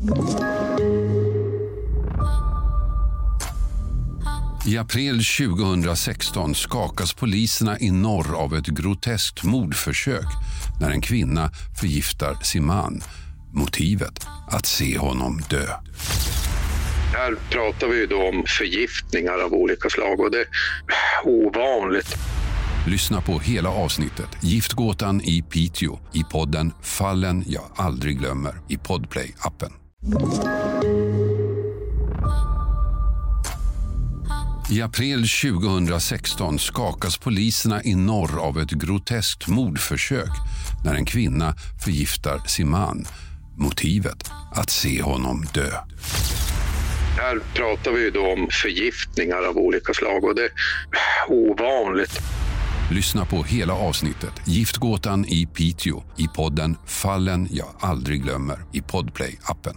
I april 2016 skakas poliserna i norr av ett groteskt mordförsök när en kvinna förgiftar sin man. Motivet: att se honom dö. Här pratar vi då om förgiftningar av olika slag och det är ovanligt. Lyssna på hela avsnittet Giftgåtan i Piteå i podden Fallen jag aldrig glömmer i Podplay-appen. I april 2016 skakas poliserna i norr av ett groteskt mordförsök när en kvinna förgiftar sin man. Motivet: att se honom dö. Här pratar vi då om förgiftningar av olika slag och det är ovanligt. Lyssna på hela avsnittet Giftgåtan i Piteå i podden Fallen jag aldrig glömmer i Podplay-appen.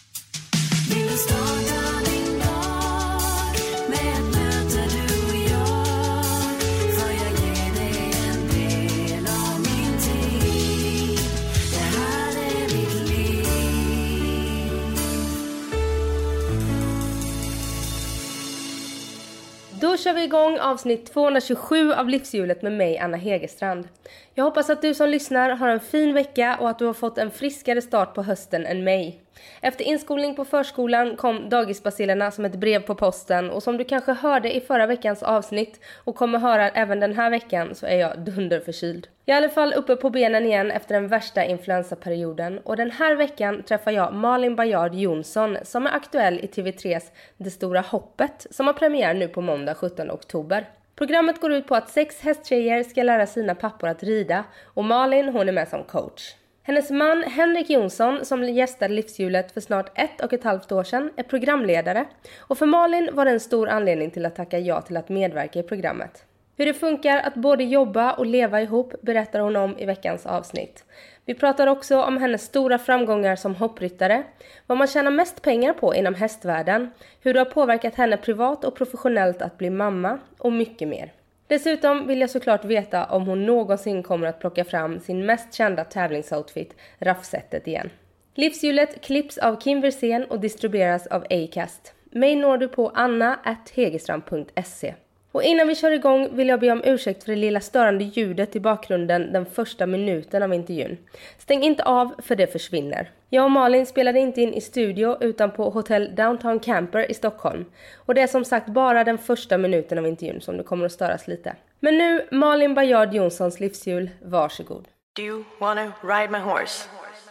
Då kör vi igång avsnitt 227 av Livshjulet med mig, Anna Hegerstrand. Jag hoppas att du som lyssnar har en fin vecka och att du har fått en friskare start på hösten än mig. Efter inskolning på förskolan kom dagisbacillerna som ett brev på posten, och som du kanske hörde i förra veckans avsnitt och kommer höra även den här veckan, så är jag dunderförkyld. Jag är i alla fall uppe på benen igen efter den värsta influensaperioden, och den här veckan träffar jag Malin Baryard Jonsson som är aktuell i TV3s Det stora hoppet som har premiär nu på måndag 17 oktober. Programmet går ut på att 6 hästtjejer ska lära sina pappor att rida, och Malin, hon är med som coach. Hennes man Henrik Jonsson, som gästade Livshjulet för snart 1,5 år sedan, är programledare, och för Malin var det en stor anledning till att tacka ja till att medverka i programmet. Hur det funkar att både jobba och leva ihop berättar hon om i veckans avsnitt. Vi pratar också om hennes stora framgångar som hoppryttare, vad man tjänar mest pengar på inom hästvärlden, hur det har påverkat henne privat och professionellt att bli mamma och mycket mer. Dessutom vill jag såklart veta om hon någonsin kommer att plocka fram sin mest kända tävlingsoutfit, raffsättet igen. Livshjulet klipps av Kim Versén och distribueras av Acast. Mig når du på anna@hegerstrand.se. Och innan vi kör igång vill jag be om ursäkt för det lilla störande ljudet i bakgrunden den första minuten av intervjun. Stäng inte av, för det försvinner. Jag och Malin spelade inte in i studio utan på Hotel Downtown Camper i Stockholm. Och det är som sagt bara den första minuten av intervjun som det kommer att störas lite. Men nu, Malin Baryard Jonssons livshjul, varsågod. Do you wanna ride my horse?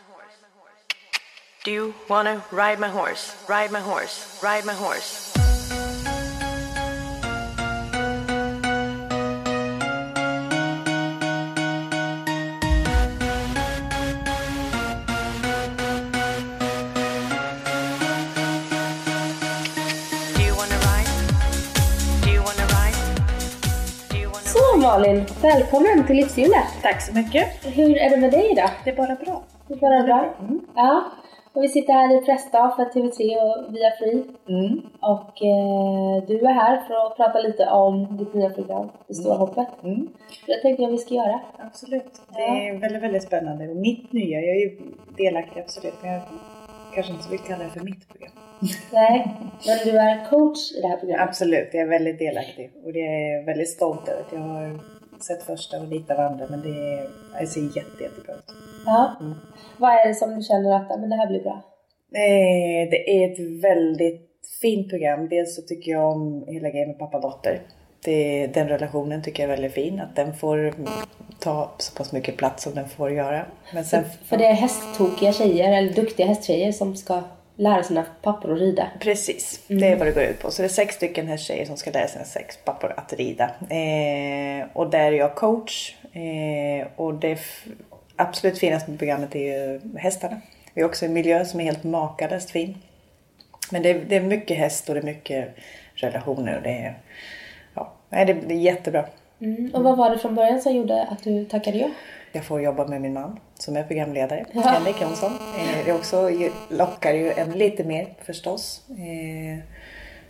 Do you wanna ride my horse? Ride my horse, ride my horse. Malin, välkommen till Livshjulet. Tack så mycket. Hur är det med dig idag? Det är bara bra. Det är bara bra? Mm. Ja, och vi sitter här i pressdag för TV3 och Via Free. Mm. Och du är här för att prata lite om ditt nya program, Det stora hoppet. Mm. Det tänkte jag vi ska göra. Absolut. Det är väldigt, väldigt spännande. Och mitt nya, jag är ju delaktig absolut, men jag kanske inte vill kalla det för mitt program. Nej, men du är coach i det här programmet. Absolut, jag är väldigt delaktig. Och det är väldigt stolt över att jag har sett första och lite av andra. Men det ser jättebra ut. Ja. Mm. Vad är det som du känner att men det här blir bra? Det är ett väldigt fint program. Dels så tycker jag om hela grejen med pappa-dotter. Den relationen tycker jag är väldigt fin. Att den får ta så pass mycket plats som den får göra. Men sen, för det är hästtokiga tjejer eller duktiga hästtjejer som ska lära sina pappor att rida. Precis, det är vad det går ut på. Så det är 6 stycken hästtjejer som ska lära sina 6 pappor att rida. Och där är jag coach. Och det absolut finaste med programmet är ju hästarna. Vi har också en miljö som är helt makalöst fin. Men det är mycket häst och det är mycket relationer. Och det är jättebra. Mm. Och vad var det från början som gjorde att du tackade ja? Jag får jobba med min man som är programledare, Henrik Jonsson. Det också lockar ju en lite mer förstås.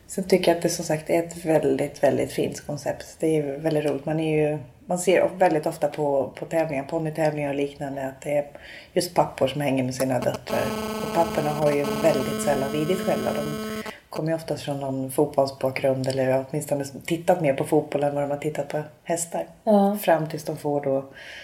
Sen tycker jag att det som sagt är ett väldigt, väldigt fint koncept. Det är väldigt roligt. Man ser väldigt ofta på tävlingar, ponnytävlingar och liknande, att det är just pappor som hänger med sina döttrar. Och papporna har ju väldigt sällan ridit själva. De kommer ju oftast från någon fotbollsbakgrund eller åtminstone tittat mer på fotboll än vad de har tittat på hästar. Ja. Fram tills de får då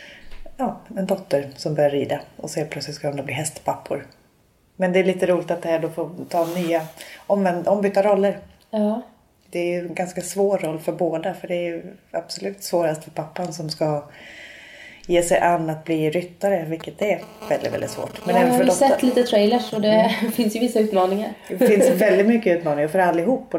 en dotter som börjar rida och så plötsligt ska de bli hästpappor. Men det är lite roligt att det här då får ta nya ombytta roller. Ja. Det är ju en ganska svår roll för båda, för det är ju absolut svårast för pappan som ska ge sig an att bli ryttare, vilket är väldigt, väldigt svårt. Men jag även för har sett lite trailers och det finns ju vissa utmaningar. Det finns väldigt mycket utmaningar för allihop och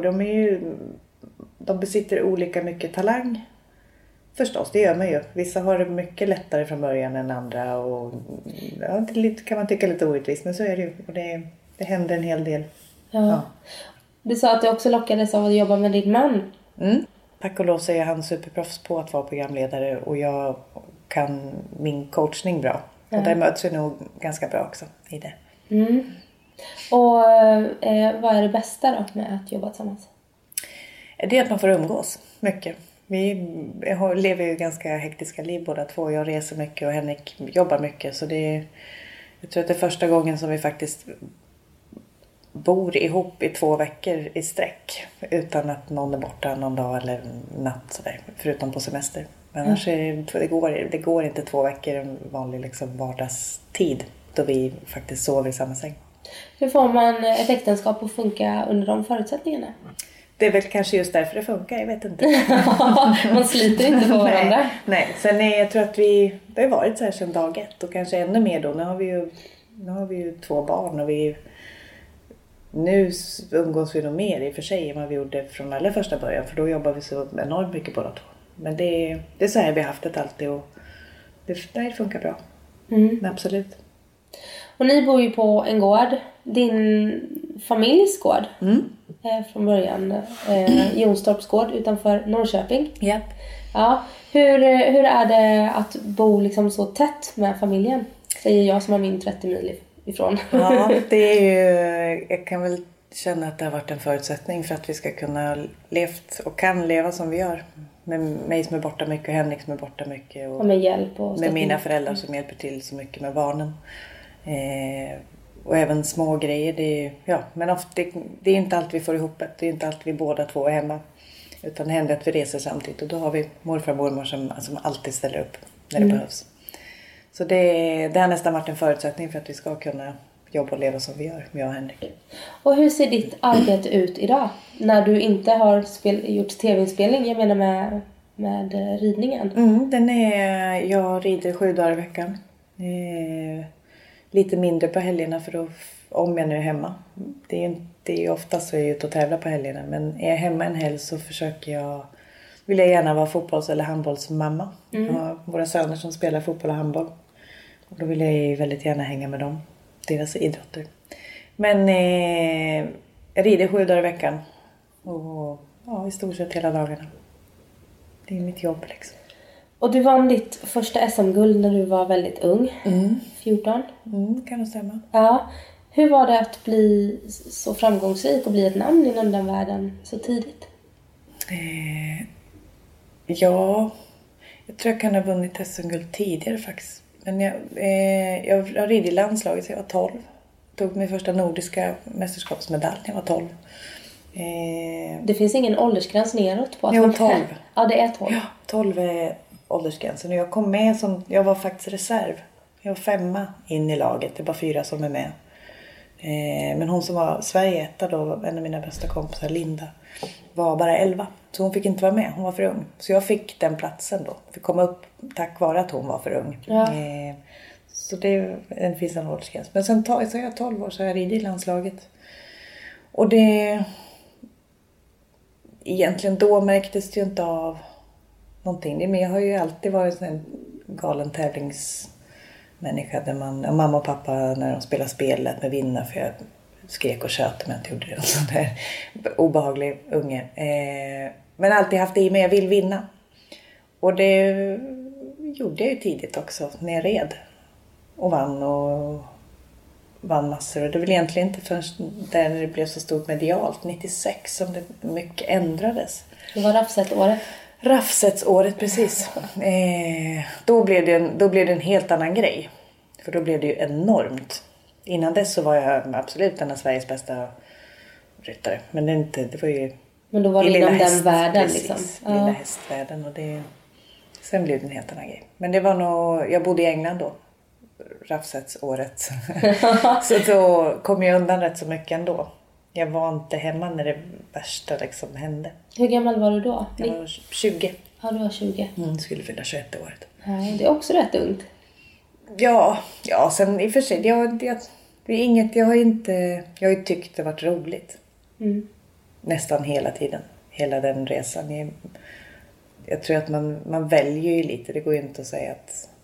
de besitter olika mycket talang. Förstås, det gör man ju. Vissa har det mycket lättare från början än andra och det kan man tycka lite orättvist, men så är det ju. Och det händer en hel del. Ja. Du sa att du också lockades av att jobba med din man. Mm. Tack och lov så är han superproffs på att vara programledare och jag kan min coachning bra. Och där möts vi nog ganska bra också i det. Mm. Och vad är det bästa då med att jobba tillsammans? Det är att man får umgås mycket. Vi lever ju ganska hektiska liv båda två. Jag reser mycket och Henrik jobbar mycket. Så jag tror att det är första gången som vi faktiskt bor ihop i 2 veckor i sträck. Utan att någon är borta någon dag eller natt sådär. Förutom på semester. Men annars det går inte 2 veckor en vanlig liksom vardagstid. Då vi faktiskt sover i samma säng. Hur får man ett äktenskap att funka under de förutsättningarna? Det är väl kanske just därför det funkar, jag vet inte. Man sliter inte på varandra. Nej. Sen jag tror att det har varit så här sedan dag 1 och kanske ännu mer då. Nu har vi ju 2 barn och nu umgås vi nog mer i och för sig än vad vi gjorde från allra första början. För då jobbar vi så enormt mycket båda 2. Men det är så här vi har haft det alltid och det funkar bra. Mm. Absolut. Och ni bor ju på en gård. Din familjs gård. Från början. Jonstorps gård utanför Norrköping. Yep. Ja. Hur är det att bo liksom så tätt med familjen? Säger jag som har min 30 mil ifrån. Ja, det är ju... Jag kan väl känna att det har varit en förutsättning för att vi ska kunna levt och kan leva som vi gör. Med mig som är borta mycket och Henrik som är borta mycket. Och med hjälp och med mina föräldrar som hjälper till så mycket med barnen. Och även små grejer. Men ofta, det är inte allt vi får ihop. Det är inte allt vi båda 2 är hemma. Utan det händer att vi reser samtidigt. Och då har vi morfar och mormor som alltid ställer upp när det behövs. Så det har nästan varit en förutsättning för att vi ska kunna jobba och leva som vi gör, jag och Henrik. Och hur ser ditt arbete ut idag? När du inte har gjort tv-inspelning, jag menar med ridningen. Jag rider 7 dagar i veckan. Lite mindre på helgerna om jag nu är hemma. Det är ju oftast så är jag ute och tävlar på helgerna. Men är jag hemma en helg så vill jag gärna vara fotbolls- eller handbollsmamma. Jag har våra söner som spelar fotboll och handboll. Och då vill jag ju väldigt gärna hänga med dem. Deras idrotter. Men jag rider 7 dagar i veckan. Och i stort sett hela dagarna. Det är mitt jobb liksom. Och du vann ditt första SM-guld när du var väldigt ung. 14. Kan det stämma. Ja. Hur var det att bli så framgångsrik och bli ett namn inom den världen så tidigt? Jag tror jag kan ha vunnit SM-guld tidigare faktiskt. Men jag har ridit i landslaget så jag var 12. Tog min första nordiska mästerskapsmedalj när jag var 12. Det finns ingen åldersgräns neråt på att man 12. Ja, det är 12. Ja, 12 är åldersgränsen. Och jag kom med jag var faktiskt reserv. Jag var 5 in i laget. Det är bara 4 som är med. Men hon som var Sverige 1 då, en av mina bästa kompisar, Linda, var bara 11. Så hon fick inte vara med, hon var för ung. Så jag fick den platsen då. Fick komma upp tack vare att hon var för ung. Ja. Så det finns en åldersgräns. Men sen så är jag 12 år så har jag ridit i landslaget. Och egentligen då märktes det ju inte av någonting. Men jag har ju alltid varit en galen tävlingsmänniska där mamma och pappa när de spelar spelet med vinna, för jag skrek och tjöt men jag inte gjorde det. Sån där obehaglig unge. Men alltid haft det i mig, jag vill vinna. Och det gjorde jag ju tidigt också när jag red. Och vann och vann massor. Och det var egentligen inte förrän där det blev så stort medialt, 96, som det mycket ändrades. Det var Rafset-året. Rafsetsåret, precis. Då blev det en helt annan grej. För då blev det ju enormt. Innan dess så var jag absolut en av Sveriges bästa ryttare. Men det var ju... Men då var det inom den världen precis, liksom. Lilla hästvärlden. Och sen blev det en helt annan grej. Men det var nog... Jag bodde i England då. Rafsetsåret. Så då kom jag undan rätt så mycket ändå. Jag var inte hemma när det värsta liksom hände. Hur gammal var du då? Jag var 20. Ja, du var 20. Skulle fylla 21 året. Ja, det är också rätt ungt. Ja, sen i och för sig. Det är inget, jag har ju tyckt det varit roligt. Nästan hela tiden. Hela den resan. Jag tror att man väljer ju lite. Det går ju inte att säga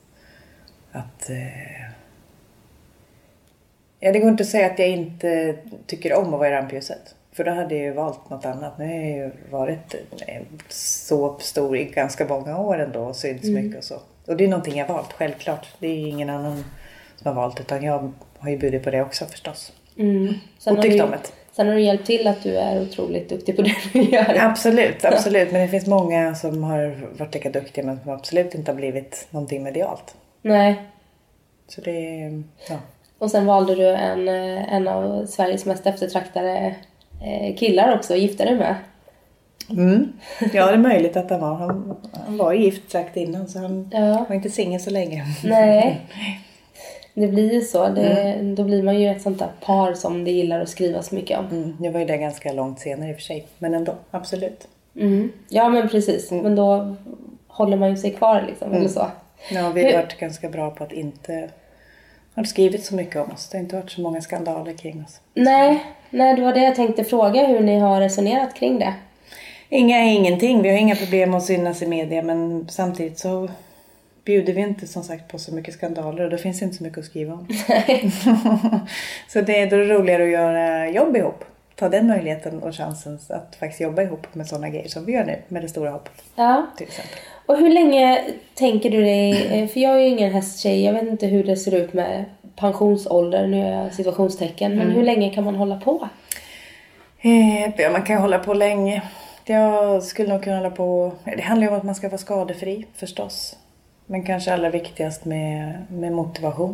det går inte att säga att jag inte tycker om att vara i rampljuset. För då hade jag ju valt något annat. Nu har jag ju varit så stor i ganska många år ändå och synts mycket och så. Och det är någonting jag valt, självklart. Det är ingen annan som har valt, utan jag har ju bjudit på det också förstås. Och tyckt om det. Sen har du hjälpt till att du är otroligt duktig på det du gör. Absolut. Men det finns många som har varit lika duktiga men som absolut inte har blivit någonting medialt. Nej. Så det ja. Och sen valde du en av Sveriges mest eftertraktade killar också att gifta dig med. Ja, det är möjligt att han var gift strax innan, så han var inte singel så länge. Nej, det blir ju så. Då blir man ju ett sånt där par som det gillar att skriva så mycket om. Nu var ju det ganska långt senare i och för sig, men ändå, absolut. Ja, men precis. Men då håller man ju sig kvar liksom, eller så. Ja, vi har varit ganska bra på att inte har skrivit så mycket om oss. Det har inte varit så många skandaler kring oss. Nej, det var det jag tänkte fråga, hur ni har resonerat kring det. Ingenting. Vi har inga problem att synas i media, men samtidigt så bjuder vi inte som sagt på så mycket skandaler och då finns inte så mycket att skriva om. Så det är då roligare att göra jobb ihop. Ta den möjligheten och chansen att faktiskt jobba ihop med sådana grejer som vi gör nu med det stora hoppet. Ja. Till exempel. Och hur länge tänker du dig, för jag är ju ingen hästtjej, jag vet inte hur det ser ut med pensionsålder, nu är jag situationstecken, men hur länge kan man hålla på? Man kan hålla på länge. Jag skulle nog kunna hålla på, det handlar ju om att man ska vara skadefri förstås. Men kanske allra viktigast med motivation.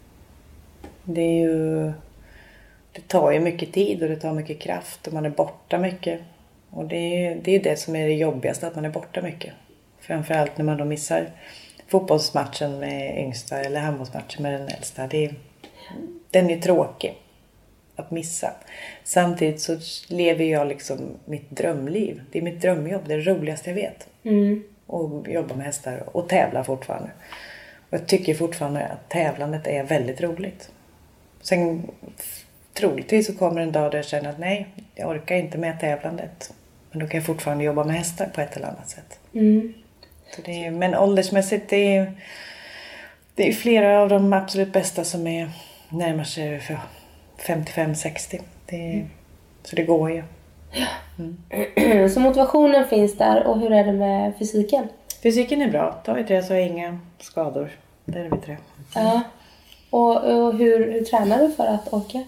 Det tar ju mycket tid och det tar mycket kraft och man är borta mycket. Och det är det som är det jobbigaste, att man är borta mycket. Framförallt när man då missar fotbollsmatchen med yngsta eller handbollsmatchen med den äldsta. Den är tråkig att missa. Samtidigt så lever jag liksom mitt drömliv. Det är mitt drömjobb, det är det roligaste jag vet. Och jobba med hästar och tävla fortfarande. Och jag tycker fortfarande att tävlandet är väldigt roligt. Sen troligtvis så kommer en dag där jag känner att nej, jag orkar inte med tävlandet. Men då kan jag fortfarande jobba med hästar på ett eller annat sätt. Så men åldersmässigt det är flera av de absolut bästa som är närmar sig 55-60. Så det går ju. Så motivationen finns där, och hur är det med fysiken? Fysiken är bra. Tar vi 3 så har jag inga skador. Där är vi 3. Ja. Och hur tränar du för att orka?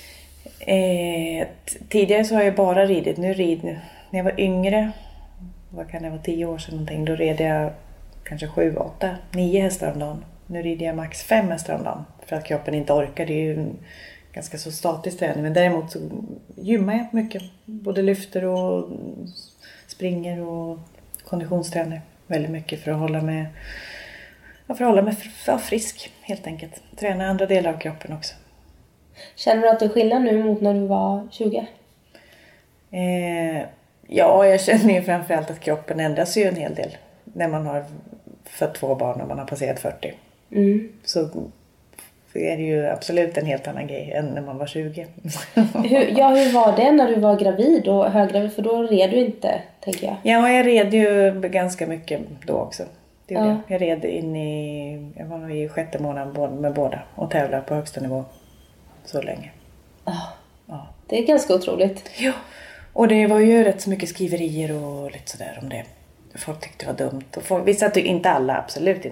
Tidigare så har jag bara ridit. När jag var yngre, vad kan det vara, 10 år sedan någonting, då red jag kanske 7, 8, 9 hästar om dagen. Nu rider jag max 5 hästar om dagen för att kroppen inte orkar. Det är ju en ganska så statisk träning, men däremot så gymmar jag mycket. Både lyfter och springer och konditionstränar väldigt mycket för att hålla mig frisk helt enkelt. Träna andra delar av kroppen också. Känner du att det är skillnad nu mot när du var 20? Ja, jag känner ju framförallt att kroppen ändras ju en hel del. När man har fått 2 barn och man har passerat 40. Så är det ju absolut en helt annan grej än när man var 20. Hur var det när du var gravid och höggravid? För då red du inte, tänker jag. Ja, jag red ju ganska mycket då också. Jag red jag var nog i 6:e månaden med båda och tävlade på högsta nivå så länge. Ja. Det är ganska otroligt. Ja, och det var ju rätt så mycket skriverier och lite sådär om det. Folk tyckte det var dumt. Och vissa tyckte, inte alla, absolut inte.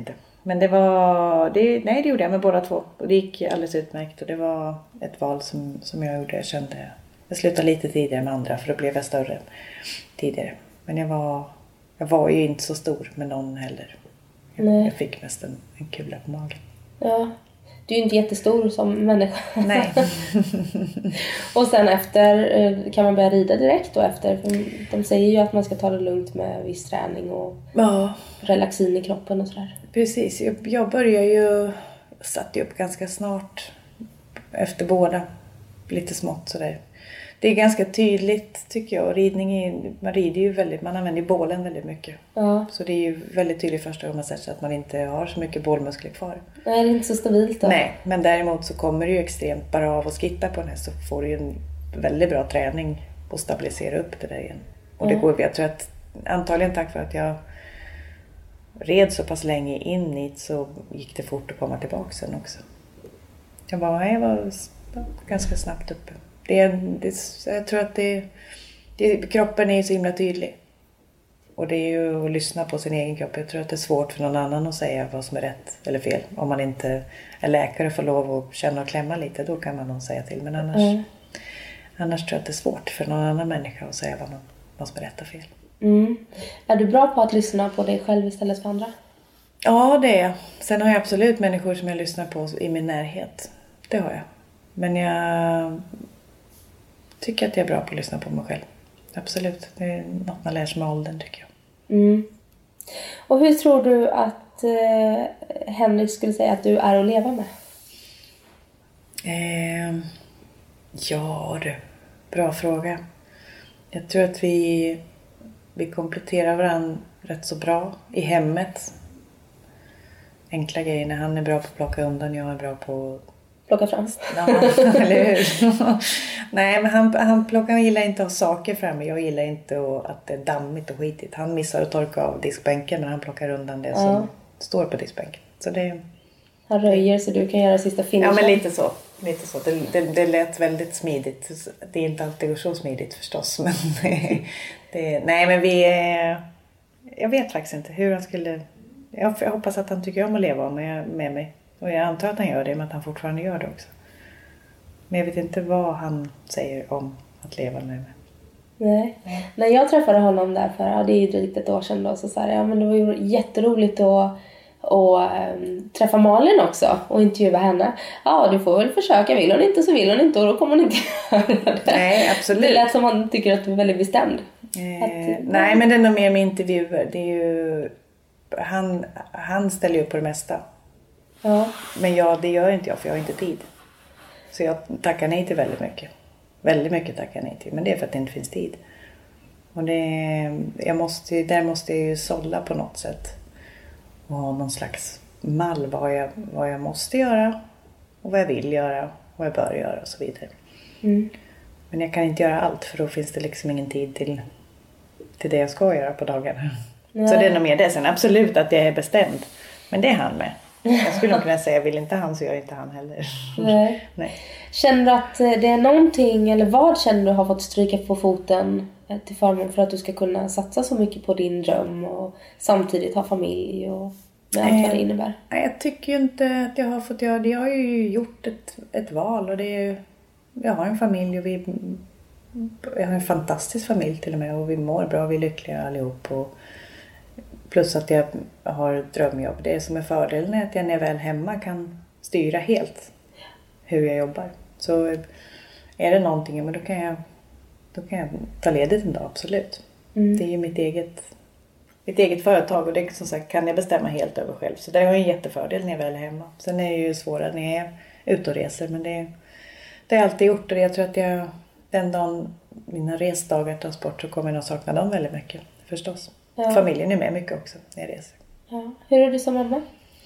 Men det gjorde jag med båda två. Och det gick alldeles utmärkt. Och det var ett val som jag gjorde. Jag slutade lite tidigare med andra, för då blev jag större tidigare. Men jag var ju inte så stor med någon heller. Jag fick mest en kula på magen. Ja, du är ju inte jättestor som människa. Nej. Och sen efter kan man börja rida direkt då efter. För de säger ju att man ska ta det lugnt med viss träning och relaxin i kroppen och sådär. Precis, jag började ju, satte upp ganska snart efter båda. Lite smått sådär. Det är ganska tydligt tycker jag. Man rider ju man använder ju bålen väldigt mycket. Ja. Så det är ju väldigt tydligt första gången man sätter att man inte har så mycket bålmuskler kvar. Nej, det är inte så stabilt då. Nej, men däremot så kommer det ju extremt bara av att skitta på den här, så får du ju en väldigt bra träning och stabilisera upp det där igen. Och det går, jag tror att antagligen tack för att jag red så pass länge in i, så gick det fort att komma tillbaka sen också. Jag var ganska snabbt uppe. Jag tror att kroppen är så himla tydlig. Och det är ju att lyssna på sin egen kropp. Jag tror att det är svårt för någon annan att säga vad som är rätt eller fel. Om man inte är läkare och får lov att känna och klämma lite, då kan man nog säga till. Men annars tror jag att det är svårt för någon annan människa att säga vad som är rätt och fel. Mm. Är du bra på att lyssna på dig själv istället för andra? Ja, det är jag. Sen har jag absolut människor som jag lyssnar på i min närhet. Det har jag. Men jag tycker att jag är bra på att lyssna på mig själv. Absolut. Det är något man lär sig med åldern, tycker jag. Mm. Och hur tror du att Henrik skulle säga att du är att leva med? Bra fråga. Jag tror att vi kompletterar varandra rätt så bra i hemmet. Enkla grejer. När han är bra på att plocka undan, jag är bra på plocka fram. Ja, eller hur? Nej, men han gillar inte att ha saker framme. Jag gillar inte att det är dammigt och skitigt. Han missar att torka av diskbänken när han plockar undan det som står på diskbänken. Så det... Han röjer så du kan göra sista finishen. Ja, men lite så. Det lät väldigt smidigt. Det är inte alltid så smidigt förstås. Men nej, men jag vet faktiskt inte hur han skulle... Jag hoppas att han tycker om att leva med mig. Och jag antar att han gör det, men att han fortfarande gör det också. Men jag vet inte vad han säger om att leva med mig. Nej. När jag träffade honom där för, det är ju drygt ett år sedan då, så sa jag, men det var ju jätteroligt att träffa Malin också och intervjua henne. Ja, du får väl försöka, vill hon inte så vill hon inte, och då kommer hon inte göra det. Nej, absolut. Det lät som han tycker att du är väldigt bestämd. Nej, men det är nog mer med intervjuer. Det är ju, han ställer ju upp på det mesta. Ja. Men det gör inte jag, för jag har inte tid. Så jag tackar nej till väldigt mycket. Väldigt mycket tackar jag nej till. Men det är för att det inte finns tid. Och där måste jag ju sålla på något sätt. Och ha någon slags mall vad jag måste göra. Och vad jag vill göra. Vad jag bör göra och så vidare. Mm. Men jag kan inte göra allt, för då finns det liksom ingen tid till det jag ska göra på dagarna. Nej. Så det är nog mer det. Sen absolut att jag är bestämd. Men det är han med. Jag skulle nog kunna säga, vill inte han så gör inte han heller. Nej. Känner du att det är någonting, eller vad känner du har fått stryka på foten till förmån för att du ska kunna satsa så mycket på din dröm och samtidigt ha familj och med allt vad det innebär? Nej, jag tycker ju inte att jag har fått göra det. Jag har ju gjort ett val, och det är ju, jag har en familj och jag har en fantastisk familj till och med, och vi mår bra, vi är lyckliga allihop, och plus att jag har ett drömjobb. Det som är fördelen är att jag när jag väl hemma kan styra helt hur jag jobbar. Så är det någonting, men då kan jag ta ledigt en dag, absolut. Mm. Det är ju mitt eget företag, och det som sagt kan jag bestämma helt över själv. Så det har jag en jättefördel när jag väl är hemma. Sen är det ju svårare när jag är ute och reser, men det har jag alltid gjort, och jag tror att den dagen mina resdagar tas bort så kommer jag nog sakna dem väldigt mycket, förstås. Ja. Familjen är med mycket också när jag reser. Ja. Hur är du som mamma?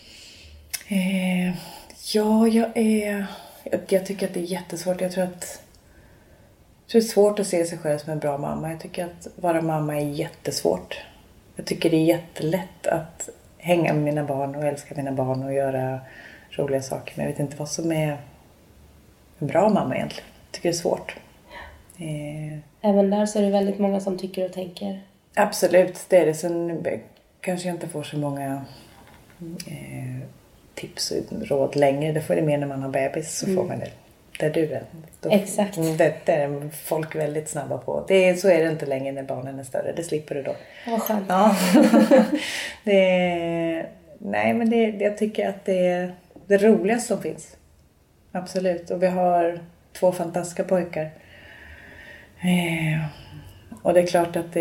Jag tycker att det är jättesvårt. Jag tror det är svårt att se sig själv som en bra mamma. Jag tycker att vara mamma är jättesvårt. Jag tycker det är jättelätt att hänga med mina barn och älska mina barn och göra roliga saker. Men jag vet inte vad som är en bra mamma egentligen. Jag tycker det är svårt. Även där så är det väldigt många som tycker och tänker. Absolut, det är det. Sen kanske jag inte får så många tips och råd längre. Det får det mer när man har bebis, så får man det. Där du är. Exakt. Det är folk väldigt snabba på. Så är det inte längre när barnen är större. Det slipper du då. Vad skönt. Ja. Jag tycker att det är det roligaste som finns. Absolut. Och vi har 2 fantastiska pojkar. Och det är klart att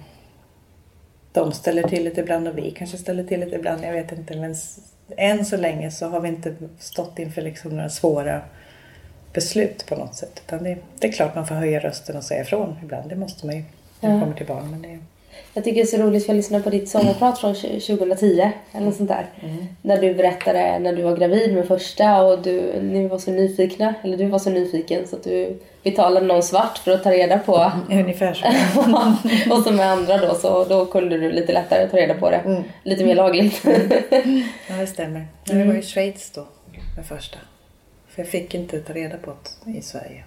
de ställer till lite ibland och vi kanske ställer till lite ibland. Jag vet inte. Men än så länge så har vi inte stått inför liksom några svåra beslut på något sätt. Utan det är klart man får höja rösten och säga ifrån ibland. Det måste man ju när det kommer till barn. Men Jag tycker det är så roligt för jag lyssnade på ditt sommarprat från 2010 eller något sånt där. När du berättade när du var gravid med första och ni var så nyfikna, eller du var så nyfiken så att du betalade någon svart för att ta reda på. Ungefär så. Och så med andra då, så då kunde du lite lättare ta reda på det. Lite mer lagligt. Ja, det stämmer. Det var i Schweiz då med första. För jag fick inte ta reda på det i Sverige.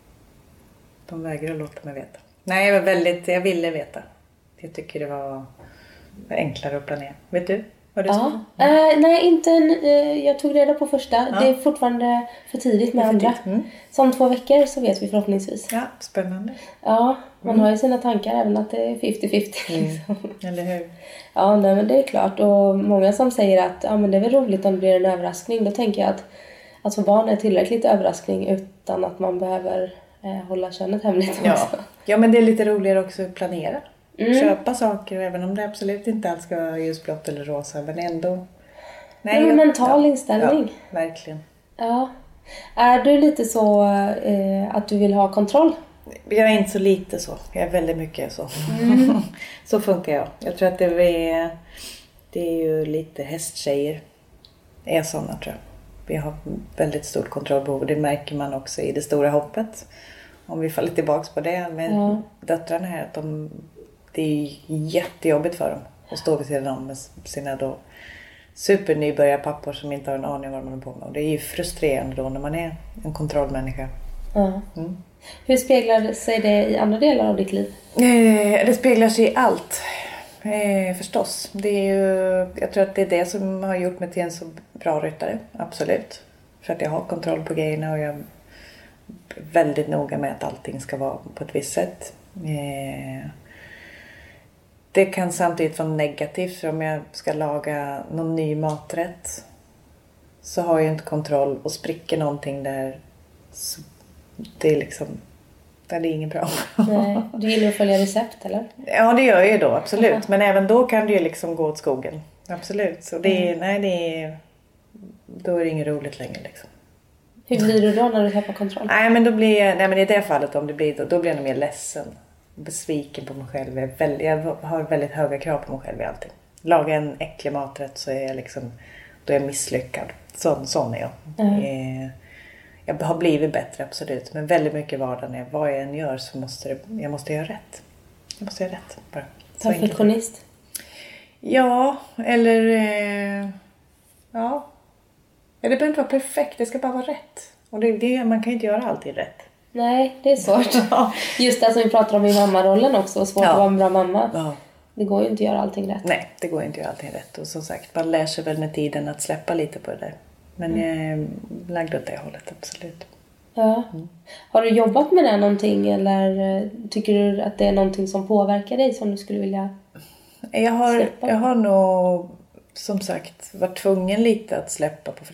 De vägrade låta mig veta. Nej, jag ville veta. Jag tycker det var enklare att planera. Vet du vad du sa? Nej, inte jag tog reda på första. Ja. Det är fortfarande för tidigt med andra. Så om 2 veckor så vet vi förhoppningsvis. Ja, spännande. Ja, man har ju sina tankar även att det är 50-50. Liksom. Eller hur? Ja, nej, men det är klart. Och många som säger att men det är väl roligt om det blir en överraskning. Då tänker jag att för barn är tillräckligt överraskning utan att man behöver hålla könet hemligt. Ja, men det är lite roligare också att planera. Köpa saker, även om det absolut inte alls ska vara ljusblått eller rosa, men ändå. Nej, en mental inställning. Ja, verkligen. Ja. Är du lite så att du vill ha kontroll? Jag är inte så lite så. Jag är väldigt mycket så. Så funkar jag. Jag tror att det är ju lite hästtjejer. Är sådana, tror jag. Vi har väldigt stort kontrollbehov. Det märker man också i det stora hoppet. Om vi faller tillbaka på det. Men döttrarna här, det är jättejobbigt för dem att stå vid sidan om med sina då supernybörjarpappor som inte har en aning om vad man är på med. Och det är ju frustrerande då när man är en kontrollmänniska. Hur speglar sig det i andra delar av ditt liv? Det speglar sig i allt. Förstås. Det är ju, jag tror att det är det som har gjort mig till en så bra ryttare. Absolut. För att jag har kontroll på grejerna och jag är väldigt noga med att allting ska vara på ett visst sätt. Det kan samtidigt vara negativt, för om jag ska laga någon ny maträtt så har jag inte kontroll och spricker någonting där, så det är liksom, det är inget bra. Nej, du gillar att följa recept, eller? Ja, det gör jag ju då, absolut. Men även då kan det ju liksom gå åt skogen. Absolut. Så då är det inget roligt längre liksom. Hur blir du då när du tappar kontroll? Nej, men i det fallet, om det blir då blir jag nog mer ledsen. Besviken på mig själv. Jag har väldigt höga krav på mig själv i allting. Laga en äcklig maträtt så är jag liksom, då är jag misslyckad. Sån är jag. Jag har blivit bättre, absolut. Men väldigt mycket vardagen är, vad jag än gör så jag måste göra rätt. Jag måste göra rätt bara. Perfektionist? Ja, eller ja. Det behöver inte vara perfekt, det ska bara vara rätt. Och man kan ju inte göra alltid rätt. Nej, det är svårt. Just det som vi pratar om i mammarollen också. Svårt att vara en bra mamma. Ja. Det går ju inte att göra allting rätt. Nej, det går inte att göra allting rätt. Och som sagt, man lär sig väl med tiden att släppa lite på det där. Men jag är lagd åt det hållet, absolut. Ja. Har du jobbat med det någonting? Eller tycker du att det är någonting som påverkar dig som du skulle vilja släppa? Jag har nog, som sagt, varit tvungen lite att släppa på. För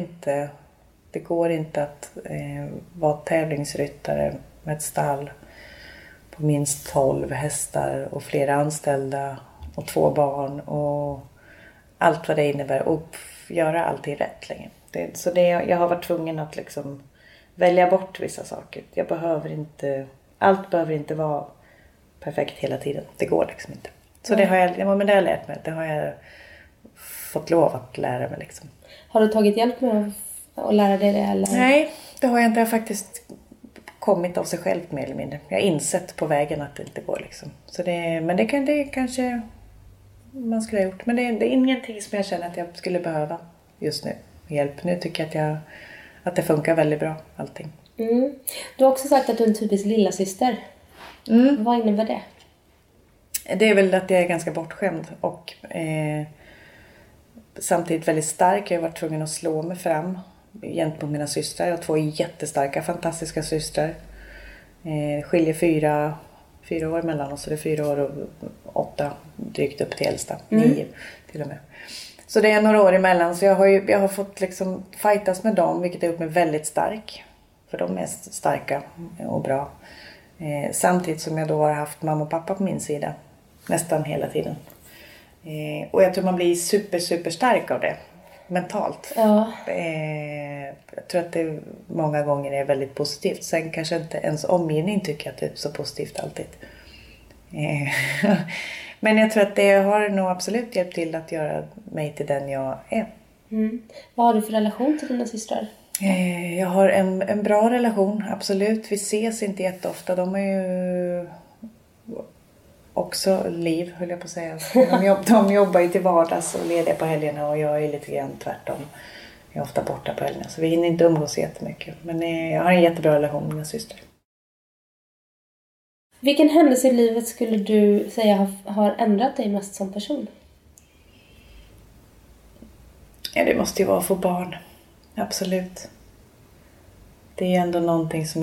det går inte att vara tävlingsryttare med ett stall på minst 12 hästar och flera anställda och 2 barn och allt vad det innebär, och göra allting rätt länge. Jag har varit tvungen att liksom välja bort vissa saker. Allt behöver inte vara perfekt hela tiden. Det går liksom inte. Så det har jag lärt mig. Det har jag fått lov att lära mig liksom. Har du tagit hjälp med att lära dig det? Eller? Nej, det har jag inte. Jag har faktiskt kommit av sig själv mer eller mindre. Jag har insett på vägen att det inte går liksom. Men det kanske man skulle ha gjort. Men det är ingenting som jag känner att jag skulle behöva just nu. Hjälp. Nu tycker jag att det funkar väldigt bra, allting. Du har också sagt att du är en typisk lillasyster. Vad innebär det? Det är väl att jag är ganska bortskämd och samtidigt väldigt stark. Jag har varit tvungen att slå mig fram gentemot mina systrar. Jag har 2 jättestarka, fantastiska systrar. Skiljer 4 år mellan oss. Så det är 4 år och 8 drygt upp till äldsta. 9 till och med. Så det är några år emellan. Så jag har fått liksom fightas med dem, vilket har gjort mig väldigt stark. För de är starka och bra. Samtidigt som jag då har haft mamma och pappa på min sida. Nästan hela tiden. Och jag tror man blir super stark av det. Mentalt. Ja. Jag tror att det många gånger är väldigt positivt. Sen kanske inte ens omgivning tycker att det är så positivt alltid. Men jag tror att det har nog absolut hjälpt till att göra mig till den jag är. Vad har du för relation till dina systrar? Jag har en bra relation, absolut. Vi ses inte jätteofta. De är ju också liv, höll jag på att säga. De jobbar ju till vardags och lediga på helgerna och jag är lite grann tvärtom. Jag är ofta borta på helgerna så vi hinner inte umgås jättemycket. Men jag har en jättebra relation med mina systrar. Vilken händelse i livet skulle du säga har ändrat dig mest som person? Ja, det måste ju vara att få barn. Absolut. Det är ändå någonting som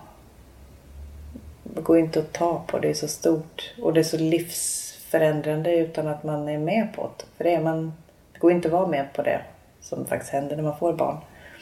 det går inte att ta på. Det är så stort. Och det är så livsförändrande utan att man är med på det. För det går inte att vara med på det som faktiskt händer när man får barn.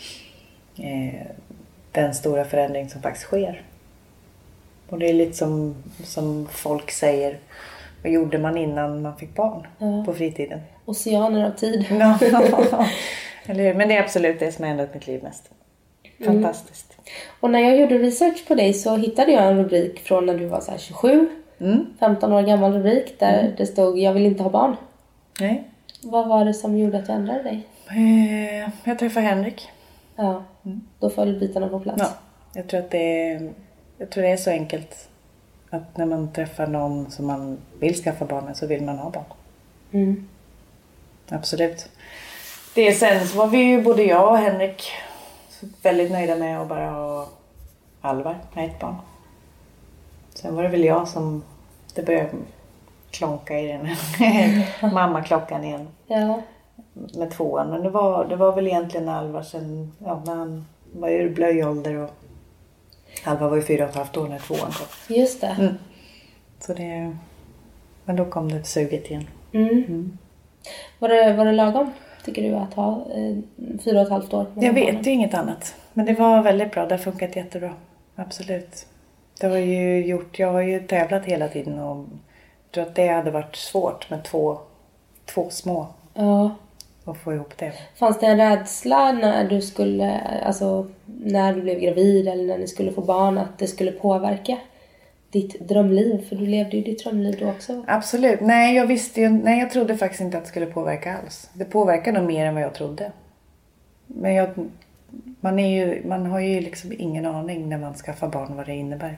Den stora förändring som faktiskt sker. Och det är lite som folk säger. Vad gjorde man innan man fick barn på fritiden? Oceaner av tid. Ja. Eller hur? Men det är absolut det som har ändrat mitt liv mest. Fantastiskt. Och när jag gjorde research på dig så hittade jag en rubrik från när du var så här 27. 15 år gammal rubrik där det stod jag vill inte ha barn. Nej. Vad var det som gjorde att du ändrade dig? Jag träffade Henrik. Ja, då föll bitarna på plats. Ja, jag tror det är så enkelt att när man träffar någon som man vill skaffa barn med så vill man ha barn. Absolut. Det sen så var vi ju både jag och Henrik väldigt nöjda med att bara ha Alvar med ett barn. Sen var det väl jag som det började klonka i den mamma-klockan igen. Ja. Med 2:an. Men det var väl egentligen Alvar sen, när han var ur blöjålder och Alvar var ju 4,5 år när 2:an kom. Just det. Så men då kom det suget igen. Var det lagom, tycker du, att ha 4,5 år? Jag vet ju inget annat. Men det var väldigt bra. Det har funkat jättebra. Absolut. Det har ju gjort, jag har ju tävlat hela tiden och jag tror att det hade varit svårt med två små. Ja. Och få ihop det. Fanns det en rädsla när du skulle, alltså när du blev gravid eller när ni skulle få barn, att det skulle påverka ditt drömliv? För du levde ju ditt drömliv då också. Absolut. Nej, jag trodde faktiskt inte att det skulle påverka alls. Det påverkar nog mer än vad jag trodde. Men man har ju liksom ingen aning när man skaffar barn vad det innebär.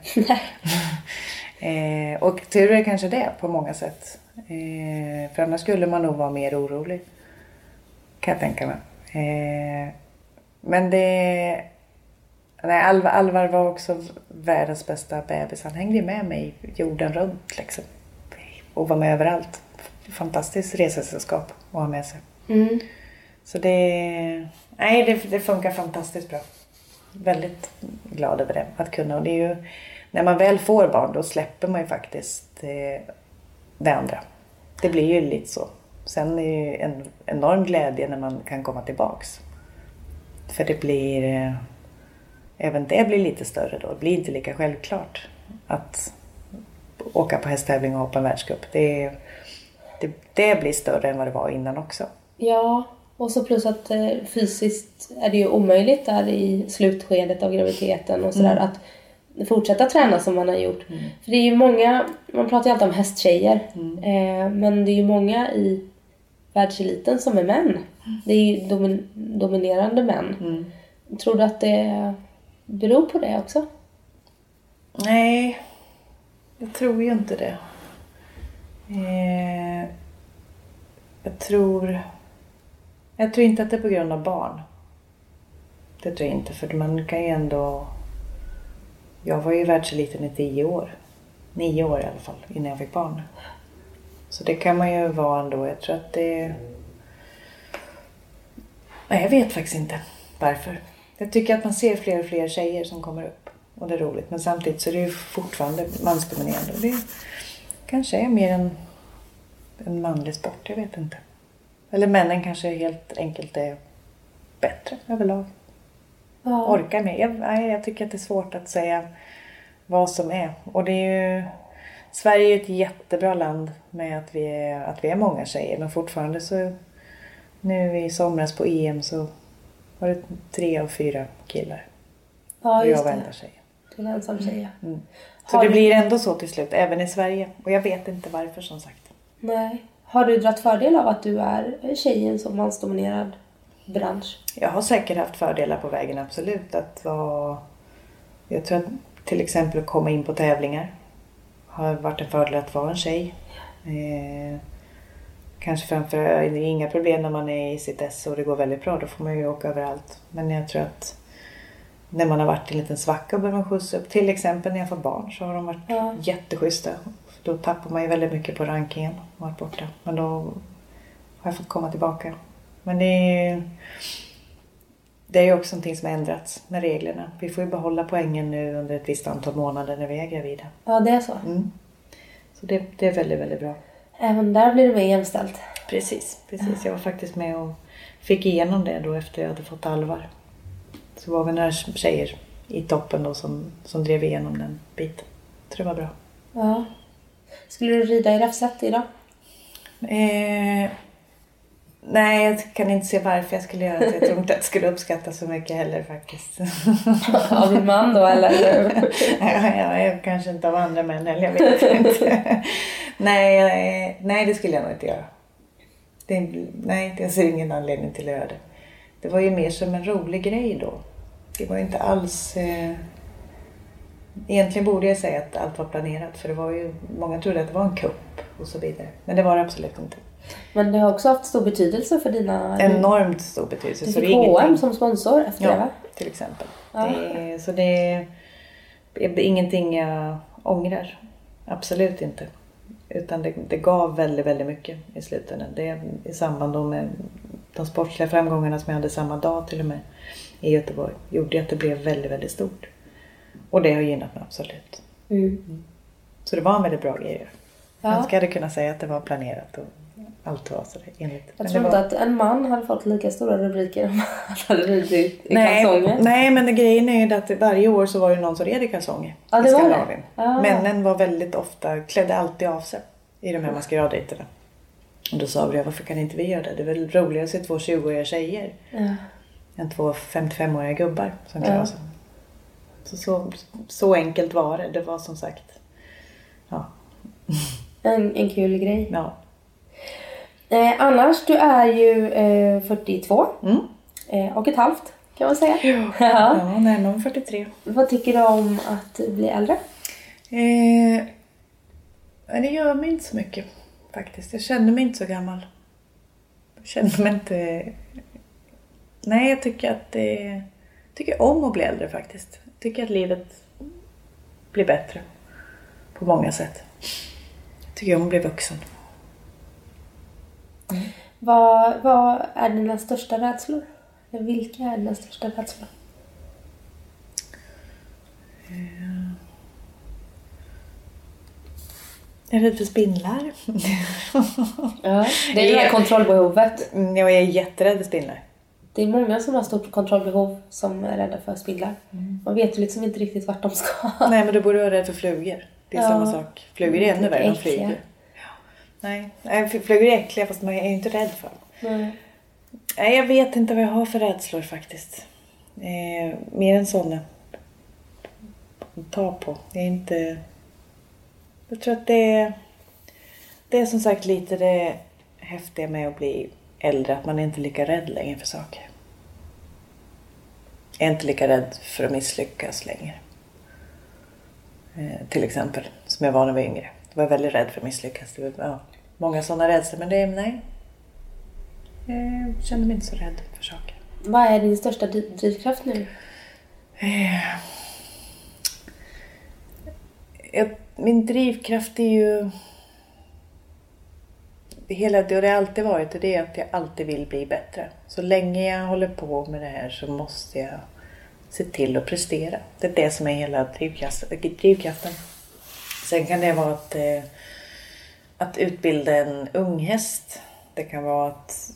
Och tur är kanske det på många sätt. För annars skulle man nog vara mer orolig. Kan jag tänka mig. Men Alvar var också världens bästa bebis. Han hängde med mig jorden runt liksom. Och var med överallt. Fantastiskt resesällskap att ha med sig. Så det funkar fantastiskt bra. Väldigt glad över det. Att kunna. Och det är ju, när man väl får barn då släpper man ju faktiskt det andra. Det blir ju lite så. Sen är det ju en enorm glädje när man kan komma tillbaks. För det blir... Även det blir lite större då. Det blir inte lika självklart att åka på hästtävling och hoppa en världscup. Det blir större än vad det var innan också. Ja, och så plus att fysiskt är det ju omöjligt där i slutskedet av graviditeten och sådär att fortsätta träna som man har gjort. För det är ju många, man pratar ju alltid om hästtjejer, men det är ju många i världseliten som är män. Det är ju dominerande män. Tror du att det beror på det också? Nej, jag tror ju inte det. Jag tror inte att det är på grund av barn. Det tror jag inte, för man kan ju ändå... Jag var ju världseliten i 10 år. 9 år i alla fall, innan jag fick barn. Så det kan man ju vara ändå. Jag tror att det... Nej, jag vet faktiskt inte varför. Jag tycker att man ser fler och fler tjejer som kommer upp. Och det är roligt. Men samtidigt så är det ju fortfarande mansdominerande. Och det kanske är mer en manlig sport, jag vet inte. Eller männen kanske helt enkelt är bättre överlag. Ja. Orkar mer. Jag tycker att det är svårt att säga vad som är. Och det är ju... Sverige är ett jättebra land med att vi är många tjejer. Men fortfarande så... Nu i somras på EM så var det 3 av 4 killar. Ja, just och jag var enda tjej. Du är en ensam tjej. Mm. Så det blir ändå så till slut, även i Sverige. Och jag vet inte varför, som sagt. Nej. Har du dragit fördel av att du är tjej i en så mansdominerad bransch? Jag har säkert haft fördelar på vägen, absolut. Jag tror att till exempel att komma in på tävlingar har varit en fördel att vara en tjej. Kanske framför, det är inga problem när man är i sitt S och det går väldigt bra. Då får man ju åka överallt. Men jag tror att när man har varit i en liten svacka behöver man skjutsa upp. Till exempel när jag får barn så har de varit jätteschyssta. Då tappar man ju väldigt mycket på rankingen och varit borta. Men då har jag fått komma tillbaka. Men det är ju också någonting som har ändrats med reglerna. Vi får ju behålla poängen nu under ett visst antal månader när vi är gravida. Ja, det är så. Mm. Så det är väldigt, väldigt bra. Även där blir det mer jämställt. Precis. Jag var faktiskt med och fick igenom det då efter jag hade fått Alvar. Så var vi några tjejer i toppen då som drev igenom den biten. Jag tror det var bra. Ja. Skulle du rida i räfset idag? Nej, jag kan inte se varför jag skulle göra det. Jag tror inte att det skulle uppskatta så mycket heller faktiskt. Av din man då, eller? Ja, kanske inte av andra män heller, jag vet inte. Nej, det skulle jag nog inte göra. Jag ser ingen anledning till att göra det. Det var ju mer som en rolig grej då. Det var ju inte alls... Egentligen borde jag säga att allt var planerat. För det var ju... Många trodde att det var en kupp och så vidare. Men det var det absolut inte. Men det har också haft stor betydelse för dina... Enormt stor betydelse. Du fick H&M som sponsor efter det, va? Till exempel. Ja. Så det är ingenting jag ångrar. Absolut inte. Utan det gav väldigt, väldigt mycket i slutändan. Det i samband då med de sportsliga framgångarna som jag hade samma dag till och med i Göteborg. Gjorde att det blev väldigt, väldigt stort. Och det har gynnat mig absolut. Mm. Så det var en väldigt bra grej. Ja. Jag hade kunnat säga att det var planerat och allt var så enligt. Jag tror inte att en man hade fått lika stora rubriker om han hade ridit i kalsonger. Nej, men grejen är ju att varje år så var det någon som red i kalsonger. Ja, det var det. Ja. Männen var väldigt ofta, klädde alltid av sig i de här maskeradritorna. Och då sa vi, varför kan inte vi göra det? Det är väl roligare att se 2 20-åriga tjejer än 2 55-åriga gubbar som klär sig. Så enkelt var det. Det var som sagt en kul grej. Ja. Annars, du är ju 42 och ett halvt kan man säga. Ja, närmare 43. Vad tycker du om att bli äldre? Det gör mig inte så mycket faktiskt. Jag känner mig inte så gammal. Jag känner mig inte... Nej, jag tycker om att bli äldre faktiskt. Jag tycker att livet blir bättre på många sätt. Jag tycker om att bli vuxen. Vad är dina största rädslor? Vilka är dina största rädslor? Jag är rädd för spindlar. Ja, det är det här kontrollbehovet. Jag är jätterädd för spindlar. Det är många som har stort kontrollbehov som är rädda för spindlar. Man vet ju liksom inte riktigt vart de ska. Nej, men då borde du vara rädd för flugor. Det är samma sak. Flugor är ännu värre än flyger. Nej, flugor är äckliga fast man är inte rädd för dem. Nej, jag vet inte vad jag har för rädslor faktiskt. Mer än sådana. Ta på. Jag tror att det är som sagt lite det häftiga med att bli äldre. Att man är inte lika rädd längre för saker. Jag är inte lika rädd för att misslyckas längre. Till exempel, som jag var när jag var yngre. Jag var väldigt rädd för att misslyckas. Det var många sådana rädslor, men nej. Jag känner mig inte så rädd för saker. Vad är din största drivkraft nu? Min drivkraft är ju... det har alltid varit det är att jag alltid vill bli bättre. Så länge jag håller på med det här så måste jag se till att prestera. Det är det som är hela drivkraften. Sen kan det vara att utbilda en ung häst. Det kan vara att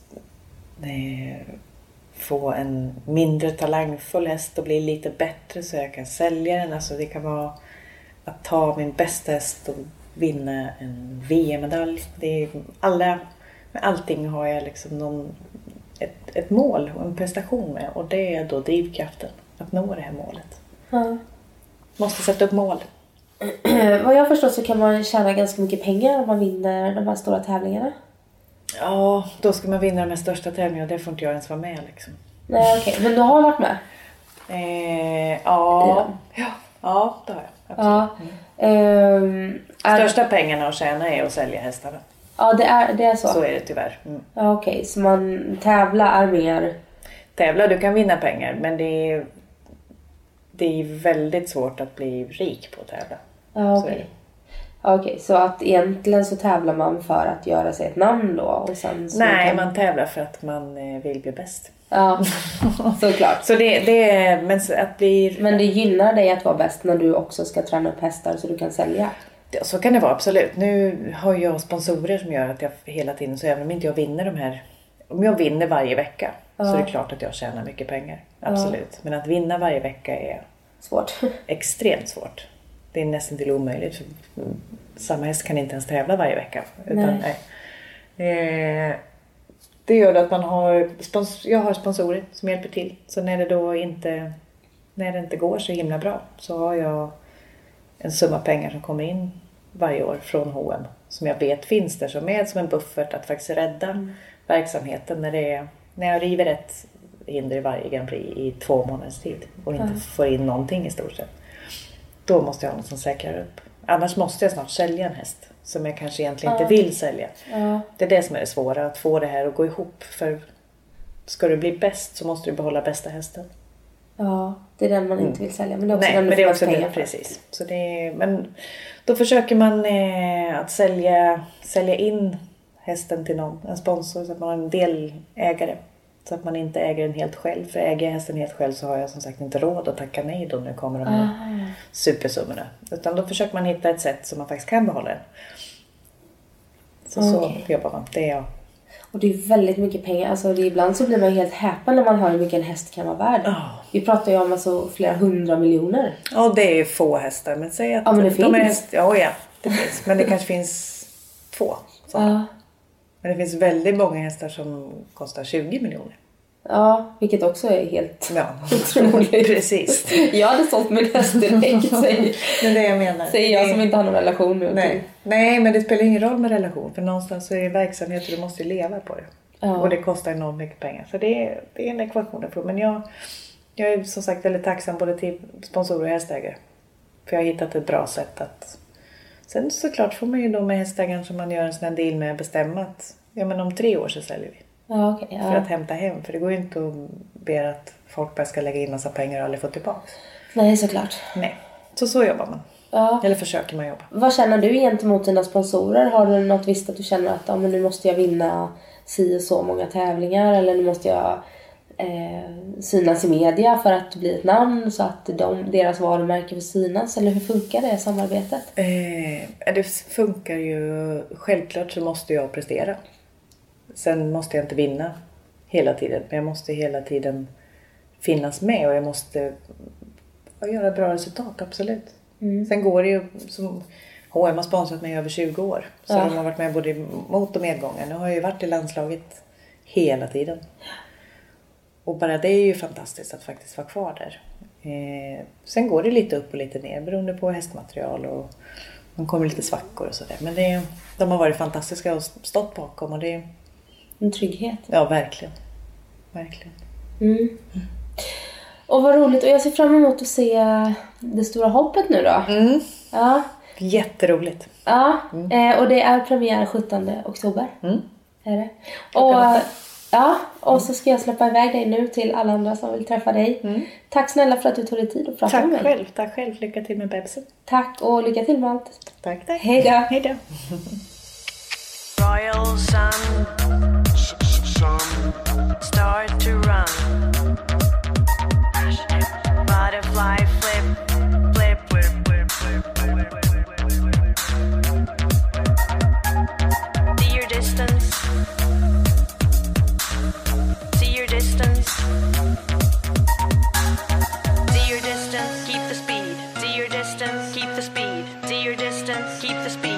få en mindre talangfull häst och bli lite bättre så jag kan sälja den. Alltså det kan vara att ta min bästa häst och vinna en VM-medalj. Det är med allting har jag liksom ett mål och en prestation med. Och det är då drivkraften att nå det här målet. Ja. Måste sätta upp mål. Vad jag förstår så kan man tjäna ganska mycket pengar om man vinner de här stora tävlingarna. Ja, då ska man vinna de här största tävlingarna och det får inte jag ens vara med liksom. Nej, okej. Men du har varit med? Ja, det har jag. Absolut. Ja. Största pengarna att tjäna är att sälja hästarna. Ja, det är så. Så är det tyvärr. Mm. Ja, okej. Så man tävlar mer? Tävla, du kan vinna pengar men det är väldigt svårt att bli rik på att tävla. Ja, okej. Okej, så att egentligen så tävlar man för att göra sig ett namn då? Och sen så nej, man tävlar för att man vill bli bäst. Ja, såklart. Så Men det gynnar dig att vara bäst när du också ska träna upp hästar så du kan sälja? Ja, så kan det vara, absolut. Nu har jag sponsorer som gör att jag hela tiden, så även om inte jag vinner de här, om jag vinner varje vecka så är det klart att jag tjänar mycket pengar. Absolut. Men att vinna varje vecka är svårt. Extremt svårt. Det är nästan till omöjligt. För samma häst kan inte ens tävla varje vecka. Utan, nej. Det gör att man jag har sponsorer som hjälper till. Så när det inte går så himla bra så har jag en summa pengar som kommer in varje år från H&M. Som jag vet finns där som en buffert att faktiskt rädda verksamheten när jag river ett hinder i varje Grand Prix i 2 månaders tid och inte får in någonting i stort sett. Då måste jag ha något som säkrar upp. Annars måste jag snart sälja en häst som jag kanske egentligen inte vill sälja. Det är det som är det svåra, att få det här att gå ihop. För ska du bli bäst så måste du behålla bästa hästen. Ja, det är den man inte vill sälja. Men det är också nej, den men det är också pengar det, precis. Så men då försöker man att sälja in hästen till en sponsor så att man har en delägare. Så att man inte äger den helt själv. För äger jag hästen helt själv så har jag som sagt inte råd att tacka nej då när det kommer de här supersummorna. Utan då försöker man hitta ett sätt som man faktiskt kan behålla den. Så jobbar man. Det är jag. Och det är väldigt mycket pengar. Alltså ibland så blir man helt häpen när man hör hur mycket en häst kan vara värd. Vi pratar ju om alltså flera 100 miljoner. Ja, det är få hästar. Men säg att men det finns. Det finns. Men det kanske finns 2. Men det finns väldigt många hästar som kostar 20 miljoner. Ja, vilket också är helt otroligt. Precis. Jag hade sålt min häst direkt. Det är det jag menar. Säger jag som inte har någon relation nu. Nej, men det spelar ingen roll med relation. För någonstans så är det verksamhet och du måste leva på det. Och det kostar enormt mycket pengar. Så det är en ekvation. Men jag är som sagt väldigt tacksam både till sponsorer och hästägare. För jag har hittat ett bra sätt att... Sen såklart får man ju då med hästägaren som man gör en sån här deal med bestämma att om 3 år så säljer vi. För att hämta hem. För det går ju inte att be att folk bara ska lägga in massa pengar och aldrig få tillbaka. Nej, såklart. Nej, så jobbar man. Eller försöker man jobba. Vad känner du gentemot dina sponsorer? Har du något visst att du känner att men nu måste jag vinna si och så många tävlingar? Eller nu måste jag synas i media för att bli ett namn så att deras varumärke får synas? Eller hur funkar det samarbetet? Det funkar ju... Självklart så måste jag prestera. Sen måste jag inte vinna hela tiden. Men jag måste hela tiden finnas med. Och jag måste göra bra resultat, absolut. Sen går det ju... Som H&M har sponsrat mig i över 20 år. Så de har varit med både mot och medgångar. Nu har jag ju varit i landslaget hela tiden. Och bara det är ju fantastiskt att faktiskt vara kvar där. Sen går det lite upp och lite ner. Beroende på hästmaterial och... Man kommer lite svackor och sådär. Men de har varit fantastiska och stått bakom. Och det är... En trygghet. Ja, verkligen. Verkligen. Och vad roligt. Och jag ser fram emot att se det stora hoppet nu då. Ja. Jätteroligt. Ja. Och det är premiär 17 oktober. Är det? Och så ska jag släppa iväg dig nu till alla andra som vill träffa dig. Tack snälla för att du tog dig tid att prata med mig. Tack själv. Lycka till med bebisen. Tack och lycka till med allt. Tack. Hej då. Hej då. Royals sun. Start to run. Butterfly flip, flip, flip, flip, flip, flip, flip. See your distance. See your distance. See your distance, keep the speed. See your distance, keep the speed. See your distance, keep the speed.